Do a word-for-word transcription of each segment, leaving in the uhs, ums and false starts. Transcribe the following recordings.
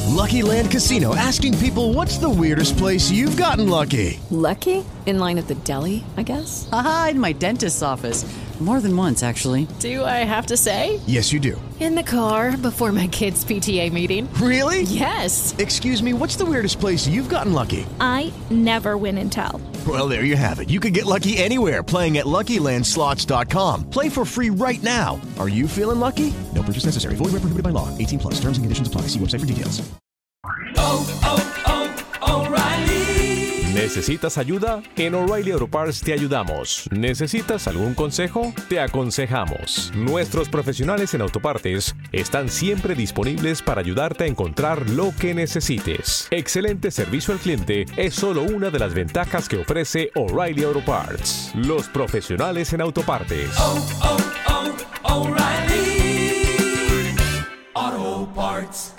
Lucky Land Casino, asking people, what's the weirdest place you've gotten lucky? Lucky? In line at the deli, I guess? Aha, in my dentist's office. More than once, actually. Do I have to say? Yes, you do. In the car before my kids' P T A meeting. Really? Yes. Excuse me, what's the weirdest place you've gotten lucky? I never win and tell. Well, there you have it. You can get lucky anywhere, playing at Lucky Land Slots dot com. Play for free right now. Are you feeling lucky? No purchase necessary. Void where prohibited by law. eighteen plus. Terms and conditions apply. See website for details. Oh, oh, oh, O'Reilly. ¿Necesitas ayuda? En O'Reilly Auto Parts te ayudamos. ¿Necesitas algún consejo? Te aconsejamos. Nuestros profesionales en autopartes están siempre disponibles para ayudarte a encontrar lo que necesites. Excelente servicio al cliente es solo una de las ventajas que ofrece O'Reilly Auto Parts. Los profesionales en autopartes. Oh, oh, oh, O'Reilly Auto Parts.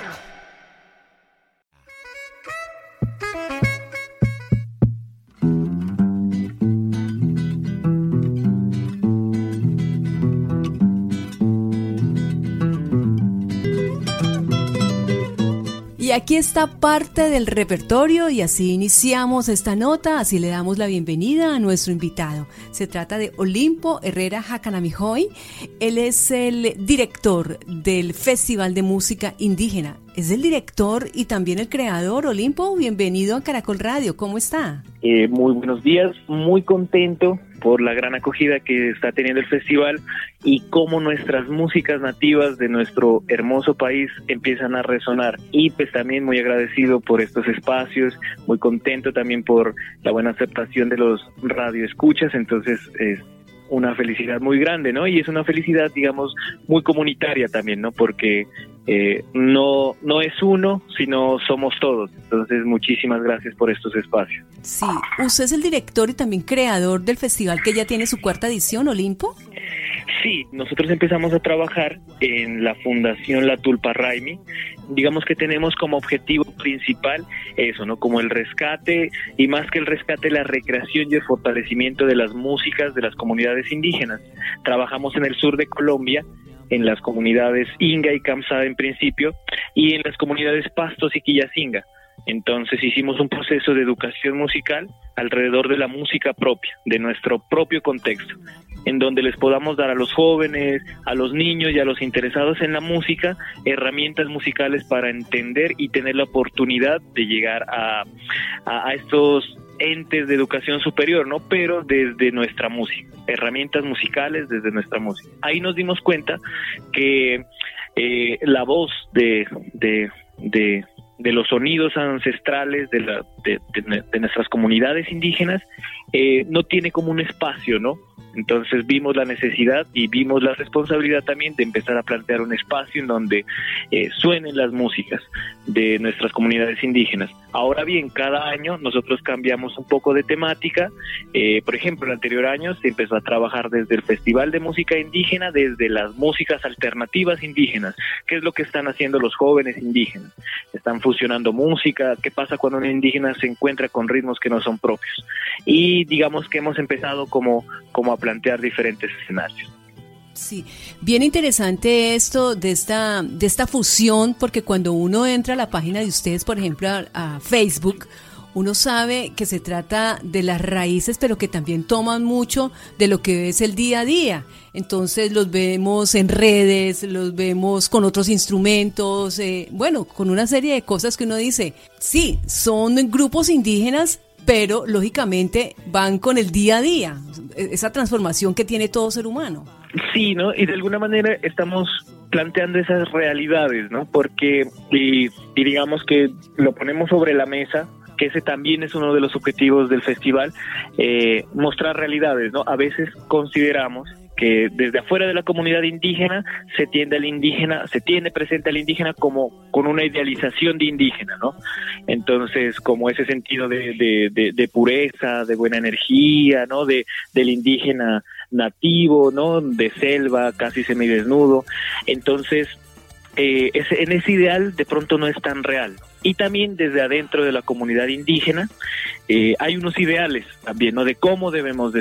Y aquí está parte del repertorio y así iniciamos esta nota, así le damos la bienvenida a nuestro invitado. Se trata de Olimpo Herrera Hakanamijoy. Él es el director del Festival de Música Indígena. Es el director y también el creador. Olimpo, bienvenido a Caracol Radio. ¿Cómo está? Eh, muy buenos días, muy contento por la gran acogida que está teniendo el festival y cómo nuestras músicas nativas de nuestro hermoso país empiezan a resonar. Y pues también muy agradecido por estos espacios, muy contento también por la buena aceptación de los radioescuchas, entonces es una felicidad muy grande, ¿no? Y es una felicidad, digamos, muy comunitaria también, ¿no? Porque eh, no, no es uno, sino somos todos. Entonces, muchísimas gracias por estos espacios. Sí, usted es el director y también creador del festival que ya tiene su cuarta edición, Olimpo. Sí, nosotros empezamos a trabajar en la Fundación La Tulpa Raimi. Digamos que tenemos como objetivo principal eso, ¿no? Como el rescate y más que el rescate, la recreación y el fortalecimiento de las músicas de las comunidades indígenas. Trabajamos en el sur de Colombia, en las comunidades Inga y Kamsada en principio, y en las comunidades Pastos y Quillacinga. Entonces hicimos un proceso de educación musical alrededor de la música propia, de nuestro propio contexto, en donde les podamos dar a los jóvenes, a los niños y a los interesados en la música herramientas musicales para entender y tener la oportunidad de llegar a, a, a estos entes de educación superior, ¿no? Pero desde nuestra música, herramientas musicales desde nuestra música. Ahí nos dimos cuenta que eh, la voz de, de, de de los sonidos ancestrales de, la, de, de, de nuestras comunidades indígenas, eh, no tiene como un espacio, ¿no? Entonces vimos la necesidad y vimos la responsabilidad también de empezar a plantear un espacio en donde eh, suenen las músicas de nuestras comunidades indígenas. Ahora bien, cada año nosotros cambiamos un poco de temática. Eh, por ejemplo, el anterior año se empezó a trabajar desde el Festival de Música Indígena, desde las músicas alternativas indígenas. ¿Qué es lo que están haciendo los jóvenes indígenas? Están fusionando música. ¿Qué pasa cuando un indígena se encuentra con ritmos que no son propios? Y digamos que hemos empezado como, como a plantear diferentes escenarios. Sí, bien interesante esto de esta de esta fusión, porque cuando uno entra a la página de ustedes, por ejemplo, a, a Facebook, uno sabe que se trata de las raíces, pero que también toman mucho de lo que es el día a día. Entonces los vemos en redes, los vemos con otros instrumentos, eh, bueno, con una serie de cosas que uno dice, sí, son grupos indígenas, pero lógicamente van con el día a día, esa transformación que tiene todo ser humano. Sí, ¿no? Y de alguna manera estamos planteando esas realidades, ¿no? Porque, y, y digamos que lo ponemos sobre la mesa, que ese también es uno de los objetivos del festival, eh, mostrar realidades, ¿no? A veces consideramos que desde afuera de la comunidad indígena se tiende al indígena, se tiene presente al indígena como con una idealización de indígena, ¿no? Entonces, como ese sentido de, de, de, de pureza, de buena energía, ¿no? De, del indígena nativo, ¿no? De selva, casi semidesnudo. Entonces, eh, ese, en ese ideal de pronto no es tan real. Y también desde adentro de la comunidad indígena eh, hay unos ideales también, ¿no? De cómo debemos de ser.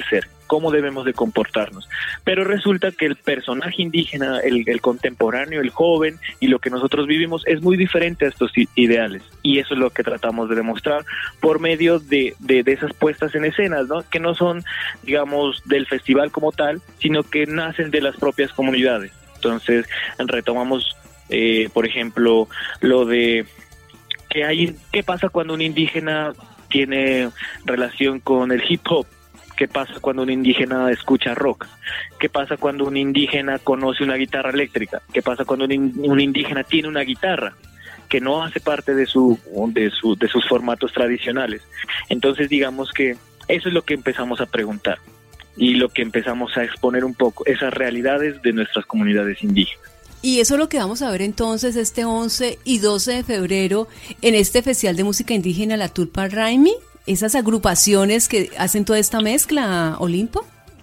cómo debemos de comportarnos. Pero resulta que el personaje indígena, el, el contemporáneo, el joven y lo que nosotros vivimos es muy diferente a estos ideales, y eso es lo que tratamos de demostrar por medio de, de, de esas puestas en escenas, ¿no? Que no son, digamos, del festival como tal, sino que nacen de las propias comunidades. Entonces retomamos, eh, por ejemplo, lo de que hay, ¿qué pasa cuando un indígena tiene relación con el hip hop? ¿Qué pasa cuando un indígena escucha rock? ¿Qué pasa cuando un indígena conoce una guitarra eléctrica? ¿Qué pasa cuando un, in, un indígena tiene una guitarra que no hace parte de su, de su de sus formatos tradicionales? Entonces, digamos que eso es lo que empezamos a preguntar y lo que empezamos a exponer un poco, esas realidades de nuestras comunidades indígenas. Y eso es lo que vamos a ver entonces este once y doce de febrero en este Festival de Música Indígena La Tulpa Raimi. ¿Esas agrupaciones que hacen toda esta mezcla, Olimpo?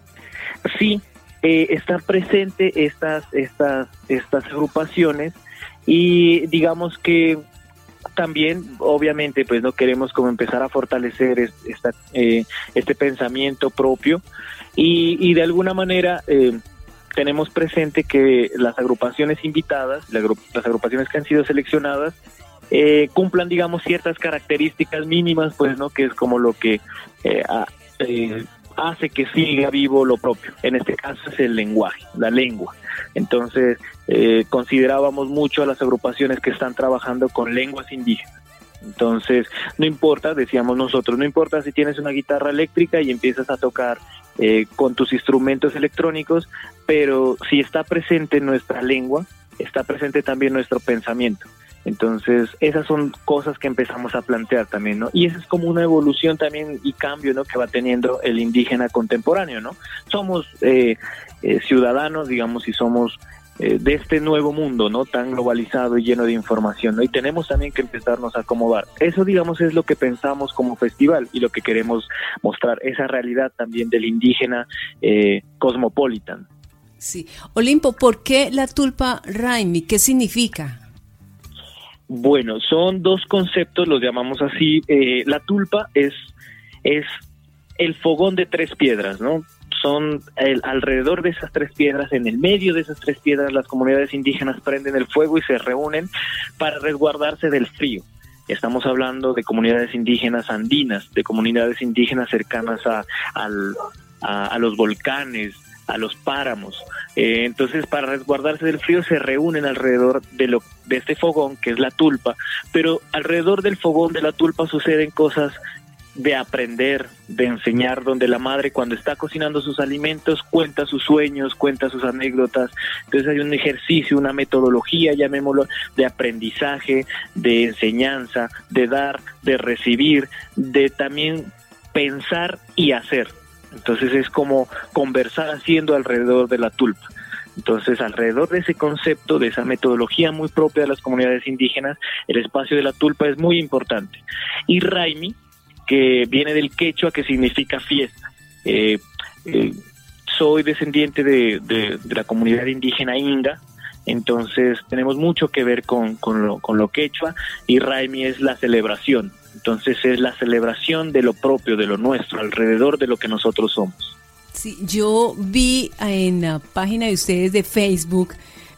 Sí, eh, están presentes estas, estas, estas agrupaciones, y digamos que también, obviamente, pues no queremos como empezar a fortalecer esta, eh, este pensamiento propio, y, y de alguna manera eh, tenemos presente que las agrupaciones invitadas, las agrupaciones que han sido seleccionadas, Eh, cumplan, digamos, ciertas características mínimas, pues, ¿no? Que es como lo que eh, a, eh, hace que siga vivo lo propio. En este caso es el lenguaje, la lengua. Entonces, eh, considerábamos mucho a las agrupaciones que están trabajando con lenguas indígenas. Entonces, no importa, decíamos nosotros, no importa si tienes una guitarra eléctrica y empiezas a tocar eh, con tus instrumentos electrónicos, pero si está presente nuestra lengua, está presente también nuestro pensamiento. Entonces, esas son cosas que empezamos a plantear también, ¿no? Y esa es como una evolución también y cambio, ¿no?, que va teniendo el indígena contemporáneo, ¿no? Somos eh, eh, ciudadanos, digamos, y somos eh, de este nuevo mundo, ¿no?, tan globalizado y lleno de información, ¿no? Y tenemos también que empezarnos a acomodar. Eso, digamos, es lo que pensamos como festival y lo que queremos mostrar, esa realidad también del indígena eh, cosmopolitan. Sí. Olimpo, ¿por qué la Tulpa Raimi? ¿Qué significa? Bueno, son dos conceptos, los llamamos así. Eh, la tulpa es, es el fogón de tres piedras, ¿no? Son el, alrededor de esas tres piedras, en el medio de esas tres piedras, las comunidades indígenas prenden el fuego y se reúnen para resguardarse del frío. Estamos hablando de comunidades indígenas andinas, de comunidades indígenas cercanas a, al, a, a los volcanes, a los páramos. Eh, entonces, para resguardarse del frío se reúnen alrededor de lo de este fogón, que es la tulpa, pero alrededor del fogón de la tulpa suceden cosas de aprender, de enseñar, donde la madre, cuando está cocinando sus alimentos, cuenta sus sueños, cuenta sus anécdotas. Entonces hay un ejercicio, una metodología, llamémoslo, de aprendizaje, de enseñanza, de dar, de recibir, de también pensar y hacer. Entonces es como conversar haciendo alrededor de la tulpa. Entonces, alrededor de ese concepto, de esa metodología muy propia de las comunidades indígenas, el espacio de la tulpa es muy importante. Y Raimi, que viene del quechua, que significa fiesta. Eh, eh, soy descendiente de, de, de la comunidad indígena Inga, entonces tenemos mucho que ver con, con, lo, con lo quechua, y Raimi es la celebración. Entonces es la celebración de lo propio, de lo nuestro, alrededor de lo que nosotros somos. Sí, yo vi en la página de ustedes de Facebook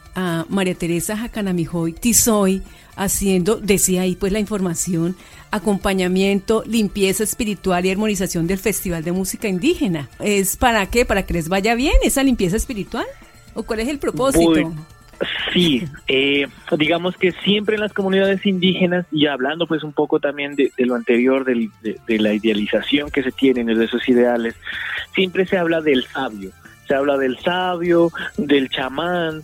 a María Teresa Jacanamijoy Tizoy haciendo, decía ahí pues la información, acompañamiento, limpieza espiritual y armonización del Festival de Música Indígena. ¿Es para qué? ¿Para que les vaya bien esa limpieza espiritual? ¿O cuál es el propósito? Muy, sí, eh, digamos que siempre en las comunidades indígenas, y hablando pues un poco también de, de lo anterior, del, de, de la idealización que se tienen de esos ideales, siempre se habla del sabio. Se habla del sabio, del chamán,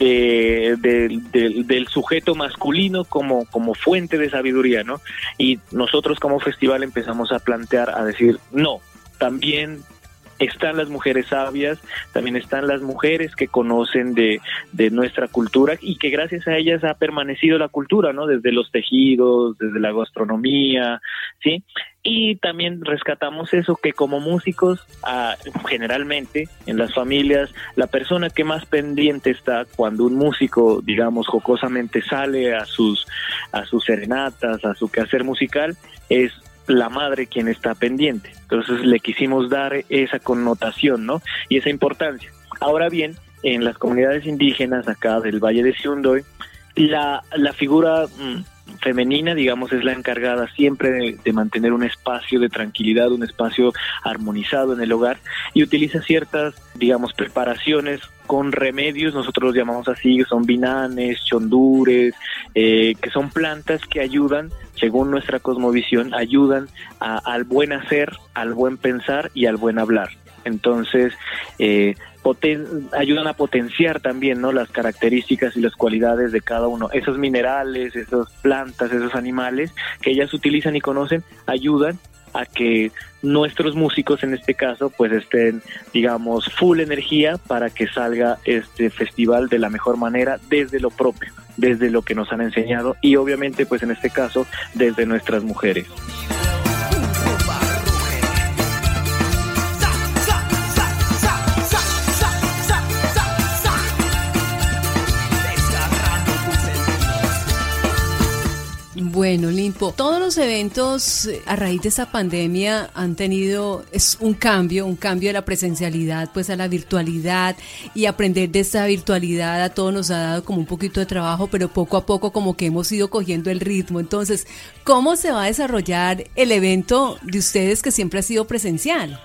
de, de, de, del sujeto masculino como, como fuente de sabiduría, ¿no? Y nosotros como festival empezamos a plantear, a decir, no, también están las mujeres sabias, también están las mujeres que conocen de, de nuestra cultura y que gracias a ellas ha permanecido la cultura, ¿no? Desde los tejidos, desde la gastronomía, ¿sí? Y también rescatamos eso, que como músicos, ah, generalmente en las familias, la persona que más pendiente está cuando un músico, digamos, jocosamente sale a sus, a sus serenatas, a su quehacer musical, es la madre quien está pendiente. Entonces le quisimos dar esa connotación, ¿no? Y esa importancia. Ahora bien, en las comunidades indígenas acá del Valle de Siundoy, la, la figura mmm, femenina, digamos, es la encargada siempre de, de mantener un espacio de tranquilidad, un espacio armonizado en el hogar, y utiliza ciertas, digamos, preparaciones con remedios, nosotros los llamamos así, que son binanes, chondures, eh, que son plantas que ayudan, según nuestra cosmovisión, ayudan a, al buen hacer, al buen pensar y al buen hablar. Entonces, eh, poten- ayudan a potenciar también, ¿no?, las características y las cualidades de cada uno. Esos minerales, esas plantas, esos animales que ellas utilizan y conocen, ayudan a que nuestros músicos, en este caso, pues estén, digamos, full energía para que salga este festival de la mejor manera, desde lo propio, desde lo que nos han enseñado y obviamente, pues en este caso, desde nuestras mujeres. Bueno, Limpo, todos los eventos a raíz de esta pandemia han tenido es un cambio, un cambio de la presencialidad pues a la virtualidad, y aprender de esta virtualidad a todos nos ha dado como un poquito de trabajo, pero poco a poco como que hemos ido cogiendo el ritmo. Entonces, ¿cómo se va a desarrollar el evento de ustedes que siempre ha sido presencial?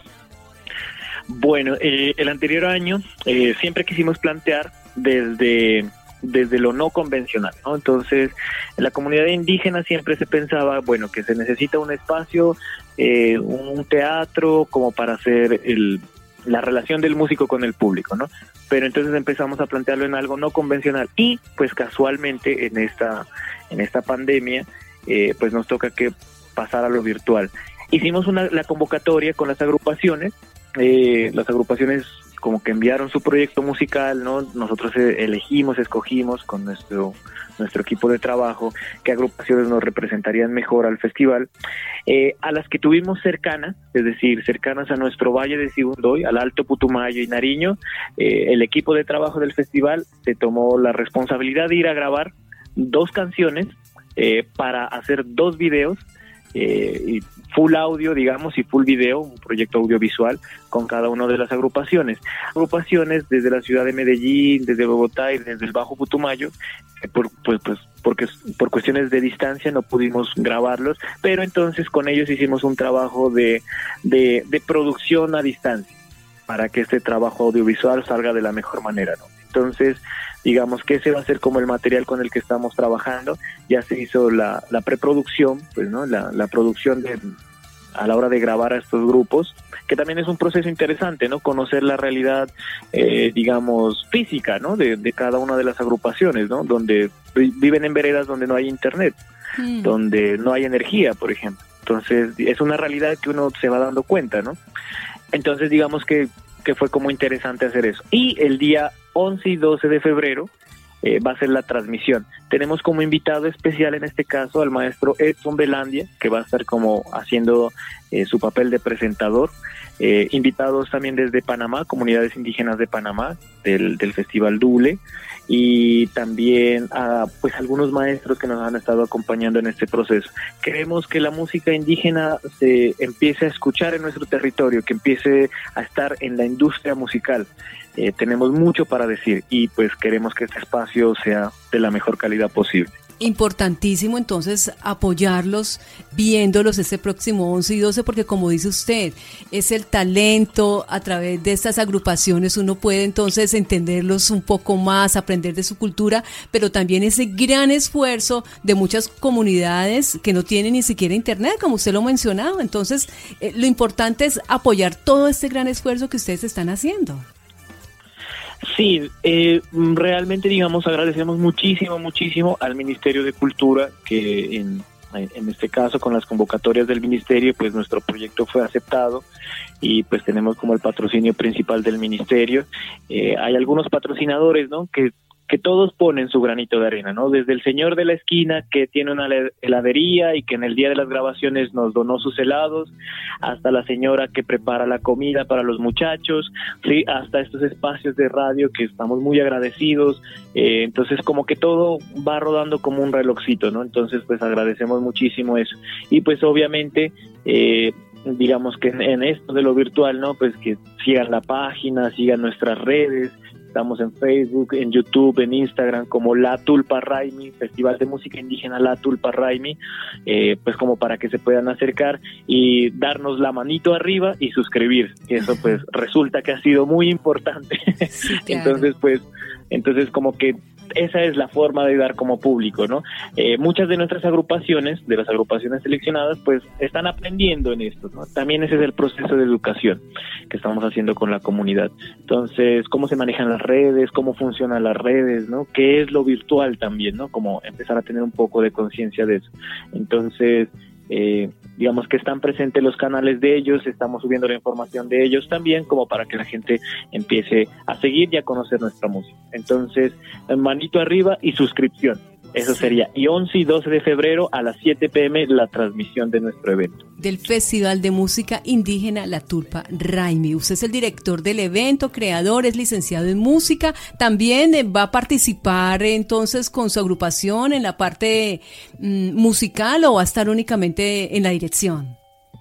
Bueno, eh, el anterior año eh, siempre quisimos plantear desde... desde lo no convencional, ¿no? Entonces, en la comunidad indígena siempre se pensaba, bueno, que se necesita un espacio, eh, un teatro, como para hacer el, la relación del músico con el público, ¿no? Pero entonces empezamos a plantearlo en algo no convencional y, pues, casualmente en esta en esta pandemia, eh, pues nos toca que pasar a lo virtual. Hicimos una, la convocatoria con las agrupaciones, eh, las agrupaciones como que enviaron su proyecto musical, ¿no? Nosotros elegimos, escogimos con nuestro nuestro equipo de trabajo qué agrupaciones nos representarían mejor al festival, eh, a las que tuvimos cercanas, es decir, cercanas a nuestro Valle de Siundoy, al Alto Putumayo y Nariño. Eh, el equipo de trabajo del festival se tomó la responsabilidad de ir a grabar dos canciones eh, para hacer dos videos, eh, y full audio, digamos, y full video, un proyecto audiovisual con cada una de las agrupaciones. Agrupaciones desde la ciudad de Medellín, desde Bogotá y desde el Bajo Putumayo, eh, por, pues, pues, porque por cuestiones de distancia no pudimos grabarlos, pero entonces con ellos hicimos un trabajo de, de, de producción a distancia para que este trabajo audiovisual salga de la mejor manera, ¿no? Entonces, digamos que ese va a ser como el material con el que estamos trabajando. Ya se hizo la, la preproducción, pues, ¿no? La, la producción de, a la hora de grabar a estos grupos, que también es un proceso interesante, ¿no? Conocer la realidad, eh, digamos, física, ¿no? De, de cada una de las agrupaciones, ¿no? Donde viven en veredas donde no hay internet, mm. donde no hay energía, por ejemplo. Entonces, es una realidad que uno se va dando cuenta, ¿no? Entonces, digamos que, que fue como interesante hacer eso. Y el día once y doce de febrero eh, va a ser la transmisión. Tenemos como invitado especial en este caso al maestro Edson Belandia, que va a estar como haciendo eh, su papel de presentador. Eh, invitados también desde Panamá, comunidades indígenas de Panamá, del, del Festival Dule, y también a pues algunos maestros que nos han estado acompañando en este proceso. Queremos que la música indígena se empiece a escuchar en nuestro territorio, que empiece a estar en la industria musical. Eh, tenemos mucho para decir y pues queremos que este espacio sea de la mejor calidad posible. Importantísimo entonces apoyarlos viéndolos este próximo once y doce, porque como dice usted, es el talento. A través de estas agrupaciones uno puede entonces entenderlos un poco más, aprender de su cultura, pero también ese gran esfuerzo de muchas comunidades que no tienen ni siquiera internet, como usted lo mencionaba. Entonces eh, lo importante es apoyar todo este gran esfuerzo que ustedes están haciendo. Sí, eh, realmente, digamos, agradecemos muchísimo, muchísimo al Ministerio de Cultura, que en, en este caso con las convocatorias del Ministerio, pues nuestro proyecto fue aceptado y pues tenemos como el patrocinio principal del Ministerio. Eh, hay algunos patrocinadores, ¿no?, que que todos ponen su granito de arena, ¿no? Desde el señor de la esquina que tiene una heladería y que en el día de las grabaciones nos donó sus helados, hasta la señora que prepara la comida para los muchachos, sí, hasta estos espacios de radio que estamos muy agradecidos. Eh, entonces como que todo va rodando como un relojcito, ¿no? Entonces pues agradecemos muchísimo eso. Y pues obviamente eh, digamos que en, en esto de lo virtual, ¿no? Pues que sigan la página, sigan nuestras redes. Estamos en Facebook, en YouTube, en Instagram como La Tulpa Raimi, Festival de Música Indígena La Tulpa Raimi, eh, pues como para que se puedan acercar y darnos la manito arriba y suscribir. Eso pues resulta que ha sido muy importante. Sí, claro. Entonces pues, entonces como que esa es la forma de dar como público, ¿no? Eh, muchas de nuestras agrupaciones, de las agrupaciones seleccionadas, pues están aprendiendo en esto, ¿no? También ese es el proceso de educación que estamos haciendo con la comunidad. Entonces, cómo se manejan las redes, cómo funcionan las redes, ¿no? ¿Qué es lo virtual también, ¿no? Como empezar a tener un poco de conciencia de eso. Entonces, eh, digamos que están presentes los canales de ellos, estamos subiendo la información de ellos también, como para que la gente empiece a seguir y a conocer nuestra música. Entonces, manito arriba y suscripción. Eso sería. Y once y doce de febrero a las siete p.m. la transmisión de nuestro evento. Del Festival de Música Indígena La Tulpa Raimi. Usted es el director del evento, creador, es licenciado en música. También va a participar entonces con su agrupación en la parte mm, musical, o va a estar únicamente en la dirección.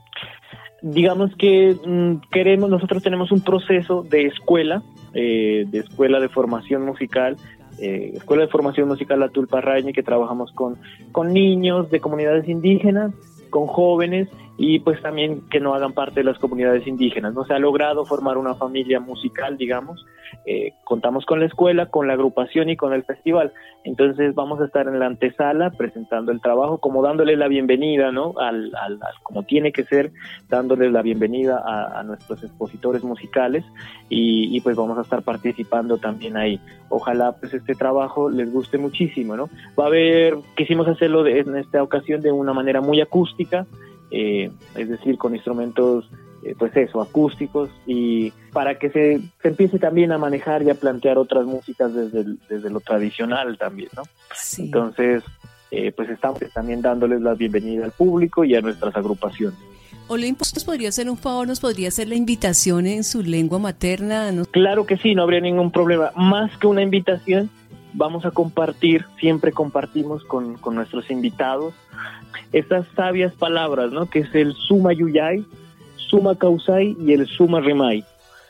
Digamos que mmm, queremos, nosotros tenemos un proceso de escuela, eh, de escuela de formación musical. Eh, Escuela de Formación Musical La Tulpa Raimi, que trabajamos con, con niños de comunidades indígenas, con jóvenes, y pues también que no hagan parte de las comunidades indígenas, ¿no? Se ha logrado formar una familia musical, digamos. Eh, contamos con la escuela, con la agrupación y con el festival. Entonces vamos a estar en la antesala presentando el trabajo, como dándole la bienvenida, ¿no? Al, al, al como tiene que ser, dándole la bienvenida a, a nuestros expositores musicales, y, y pues vamos a estar participando también ahí. Ojalá pues este trabajo les guste muchísimo, ¿no? Va a haber, quisimos hacerlo de, en esta ocasión de una manera muy acústica, eh, es decir, con instrumentos eh, pues eso, acústicos, y para que se, se empiece también a manejar y a plantear otras músicas desde, el, desde lo tradicional también, ¿no? Sí. Entonces, eh, pues estamos también dándoles la bienvenida al público y a nuestras agrupaciones. Olimpo, ¿nos podría hacer un favor? ¿Nos podría hacer la invitación en su lengua materna? ¿No? Claro que sí, no habría ningún problema. Más que una invitación, vamos a compartir, siempre compartimos con, con nuestros invitados estas sabias palabras, ¿no? Que es el Suma Yuyay, Suma Causay y el Suma Rimay.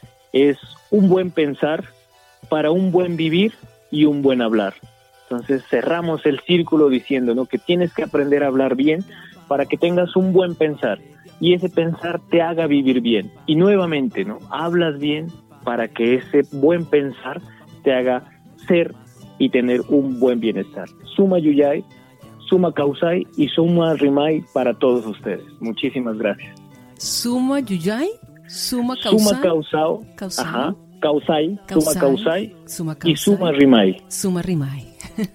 Es un buen pensar para un buen vivir y un buen hablar. Entonces cerramos el círculo diciendo, ¿no? Que tienes que aprender a hablar bien para que tengas un buen pensar, y ese pensar te haga vivir bien. Y nuevamente, ¿no? Hablas bien para que ese buen pensar te haga ser y tener un buen bienestar. Suma Yuyay, Suma Causay y Suma Rimay para todos ustedes. Muchísimas gracias. Suma Yuyay, Suma Causay, Suma Causao, Causay, ajá, Causay, Suma Causay, Suma Causay y Suma Rimay. Suma Rimay.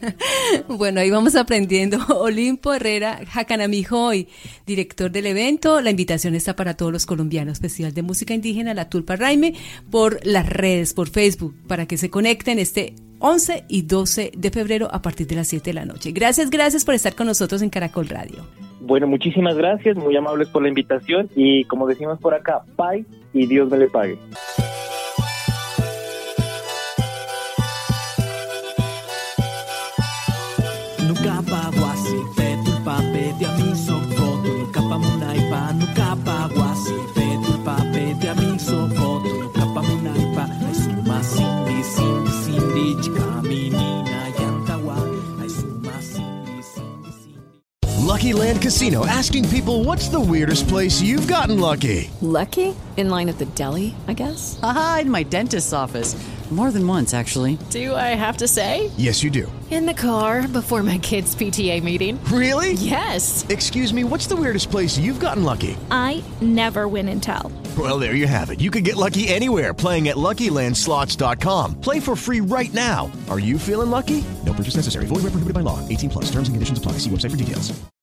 Bueno, ahí vamos aprendiendo. Olimpo Herrera Jacanamijoy, director del evento. La invitación está para todos los colombianos. Festival de Música Indígena La Tulpa Raimi, por las redes, por Facebook, para que se conecten este once y doce de febrero a partir de las siete de la noche. Gracias, gracias por estar con nosotros en Caracol Radio. Bueno, muchísimas gracias, muy amables por la invitación, y como decimos por acá, pay y Dios me le pague. Nunca paguasi, fe tu pape de a mí son foto, nunca pa munaipa, nunca paguasi, fe tu pape de a mí son foto, nunca pa munaipa, ay suma sindi, sindi, sindi, chica menina, yantawa, ay suma sindi, sindi, sindi. Lucky Land Casino, asking people, what's the weirdest place you've gotten lucky? Lucky? In line at the deli, I guess? Aha, in my dentist's office. More than once, actually. Do I have to say? Yes, you do. In the car before my kids' P T A meeting. Really? Yes. Excuse me, what's the weirdest place you've gotten lucky? I never win and tell. Well, there you have it. You can get lucky anywhere, playing at Lucky Land Slots dot com. Play for free right now. Are you feeling lucky? No purchase necessary. Void where prohibited by law. eighteen plus. Terms and conditions apply. See website for details.